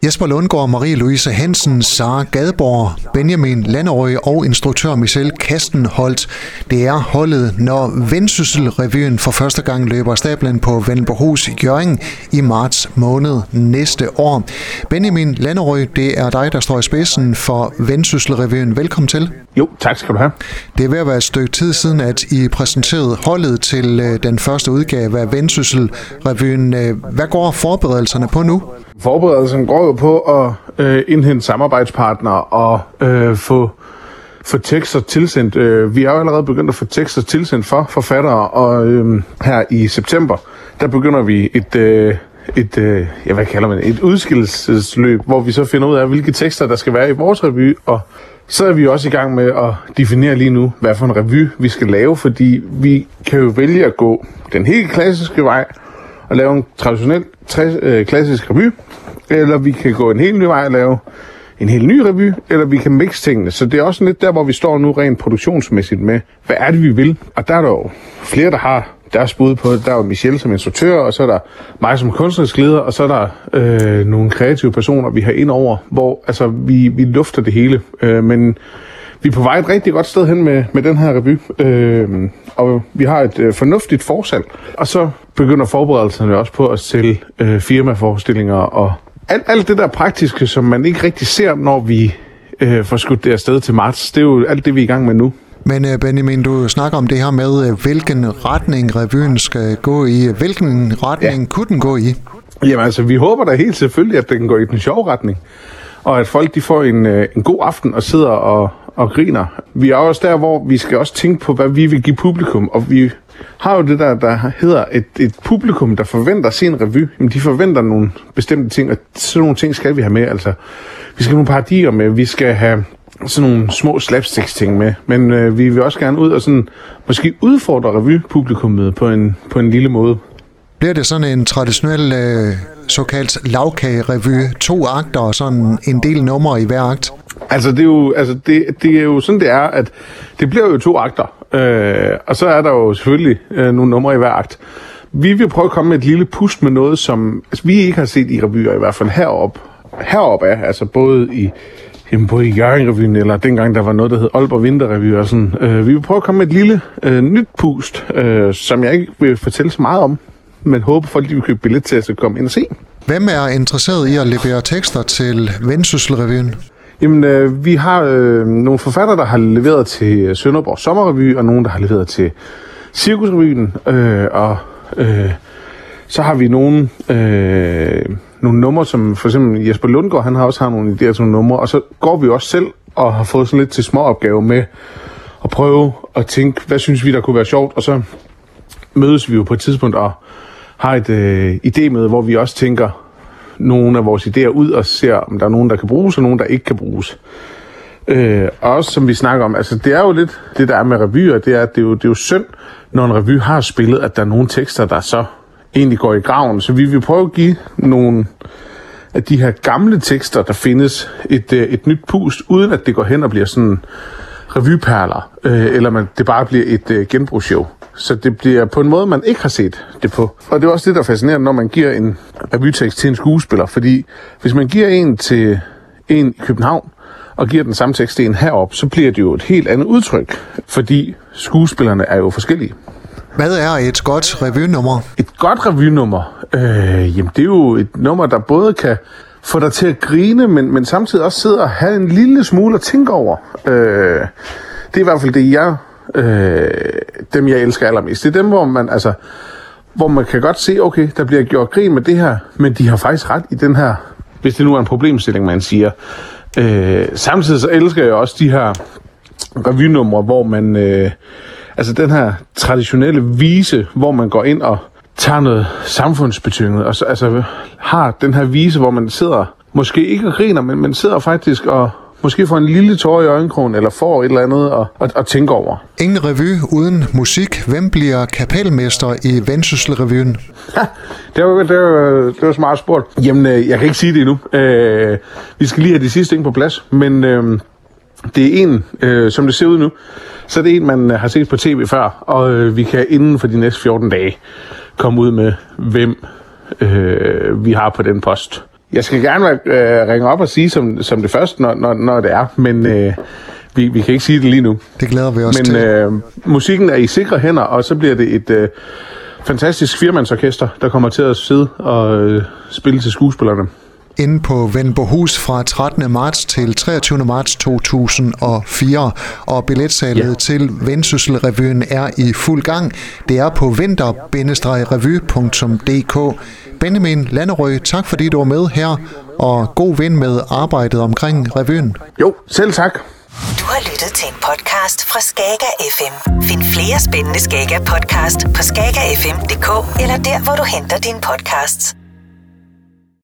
Jesper Lundgaard, Marie-Louise Hansen, Sara Gadborg, Benjamin Landerøe og instruktør Michelle Kastenholt. Det er holdet, når Vendsyssel-revyen for første gang løber stablen på Vendelbohus i Hjørring i marts måned næste år. Benjamin Landerøe, det er dig, der står i spidsen for Vendsyssel-revyen. Velkommen til. Jo, tak skal du have. Det er ved at være et stykke tid siden, at I præsenterede holdet til den første udgave af Vendsyssel-revyen. Hvad går forberedelserne på nu? Forberedelserne går jo på at indhente samarbejdspartnere og få tekster tilsendt. Vi er jo allerede begyndt at få tekster tilsendt for forfattere, og her i september, der begynder vi et udskillelsesløb, hvor vi så finder ud af, hvilke tekster der skal være i vores revy, og så er vi også i gang med at definere lige nu, hvad for en revy vi skal lave, fordi vi kan jo vælge at gå den helt klassiske vej og lave en traditionel klassisk revy, eller vi kan gå en helt ny vej og lave en helt ny revy, eller vi kan mixe tingene. Så det er også lidt der, hvor vi står nu rent produktionsmæssigt med, hvad er det, vi vil? Og der er der jo flere, der har deres bud på det. Der er jo Michelle som instruktør, og så er der mig som kunstnerisk leder, og så er der nogle kreative personer, vi har ind over, hvor altså, vi lufter det hele. Men vi er på vej et rigtig godt sted hen med den her revy, og vi har et fornuftigt forsalg. Og så begynder forberedelserne også på at sælge firmaforestillinger og alt det der praktiske, som man ikke rigtig ser, når vi får skudt det afsted til marts. Det er jo alt det, vi er i gang med nu. Men Benjamin, du snakker om det her med, hvilken retning revyen skal gå i. Hvilken retning kunne den gå i? Jamen altså, vi håber da helt selvfølgelig, at den går i den sjove retning. Og at folk de får en god aften og sidder og griner. Vi er også der, hvor vi skal også tænke på, hvad vi vil give publikum. Og vi har jo det der hedder et publikum, der forventer sin revy. Jamen, de forventer nogle bestemte ting, og sådan nogle ting skal vi have med. Altså, vi skal have nogle parodier med, vi skal have sådan nogle små slapsticks-ting med. Men vi vil også gerne ud og sådan, måske udfordre revypublikummet på en lille måde. Bliver det sådan en traditionel såkaldt lavkagerevy, 2 akter og sådan en del numre i hver akt? Altså det er jo sådan det er, at det bliver jo 2 akter, og så er der jo selvfølgelig nogle numre i hver akt. Vi vil prøve at komme med et lille pust med noget, som vi ikke har set i revyer, i hvert fald heroppe af, altså både i Hjørring-revyen, eller dengang der var noget, der hed Aalborg Vinterrevy og sådan. Vi vil prøve at komme med et lille nyt pust, som jeg ikke vil fortælle så meget om, men håber folk, de vil købe billet til at komme ind og se. Hvem er interesseret i at levere tekster til Vendsyssel-revyen? Jamen, vi har nogle forfattere, der har leveret til Sønderborg Sommerrevy, og nogle, der har leveret til Cirkusrevyen, og så har vi nogle numre, som for eksempel Jesper Lundgaard, han har også nogle idéer til nogle numre, og så går vi også selv og har fået sådan lidt til småopgave med at prøve at tænke, hvad synes vi, der kunne være sjovt, og så mødes vi jo på et tidspunkt og har et idémøde, hvor vi også tænker nogle af vores idéer ud og ser, om der er nogen, der kan bruges, og nogen, der ikke kan bruges. Og også som vi snakker om, altså det er jo lidt det, der er med revyer, det er jo synd, når en revy har spillet, at der er nogle tekster, der så egentlig går i graven. Så vi vil prøve at give nogle af de her gamle tekster, der findes, et nyt pust, uden at det går hen og bliver sådan revyperler, eller det bare bliver et genbrugsshow. Så det bliver på en måde, man ikke har set det på. Og det er også det, der er fascinerende, når man giver en revytekst til en skuespiller. Fordi hvis man giver en til en i København, og giver den samme tekst til en heroppe, så bliver det jo et helt andet udtryk. Fordi skuespillerne er jo forskellige. Hvad er et godt revynummer? Et godt revynummer? Jamen, det er jo et nummer, der både kan få dig til at grine, men samtidig også sidde og have en lille smule at tænke over. Det er i hvert fald det, dem jeg elsker allermest. Det er dem, hvor man kan godt se, okay, der bliver gjort grin med det her, men de har faktisk ret i den her, hvis det nu er en problemstilling, man siger. Samtidig så elsker jeg også de her revynumre, hvor man, den her traditionelle vise, hvor man går ind og tager noget samfundsbetynget, og så har den her vise, hvor man sidder, måske ikke og griner, men man sidder faktisk og måske får en lille tår i øjenkrogen, eller får et eller andet at tænke over. Ingen revy uden musik. Hvem bliver kapelmester i Vendsyssel-revyen? Det var smart spurgt. Jamen, jeg kan ikke sige det endnu. Vi skal lige have de sidste ting på plads, men det er en, som det ser ud nu, så det er en, man har set på tv før, og vi kan inden for de næste 14 dage komme ud med, hvem vi har på den post. Jeg skal gerne ringe op og sige som det første, når det er, men vi kan ikke sige det lige nu. Det glæder vi os til. Men musikken er i sikre hænder, og så bliver det et fantastisk firemandsorkester, der kommer til at sidde og spille til skuespillerne. Inde på Vendelbohus fra 13. marts til 23. marts 2004, og billetsalget til Vendsysselrevyen er i fuld gang. Det er på vinter-revy.dk. Benjamin Landerød, tak fordi du var med her, og god vind med arbejdet omkring revyen. Jo, selv tak. Du har lyttet til en podcast fra Skager FM. Find flere spændende Skager podcast på skagerfm.dk eller der, hvor du henter dine podcasts.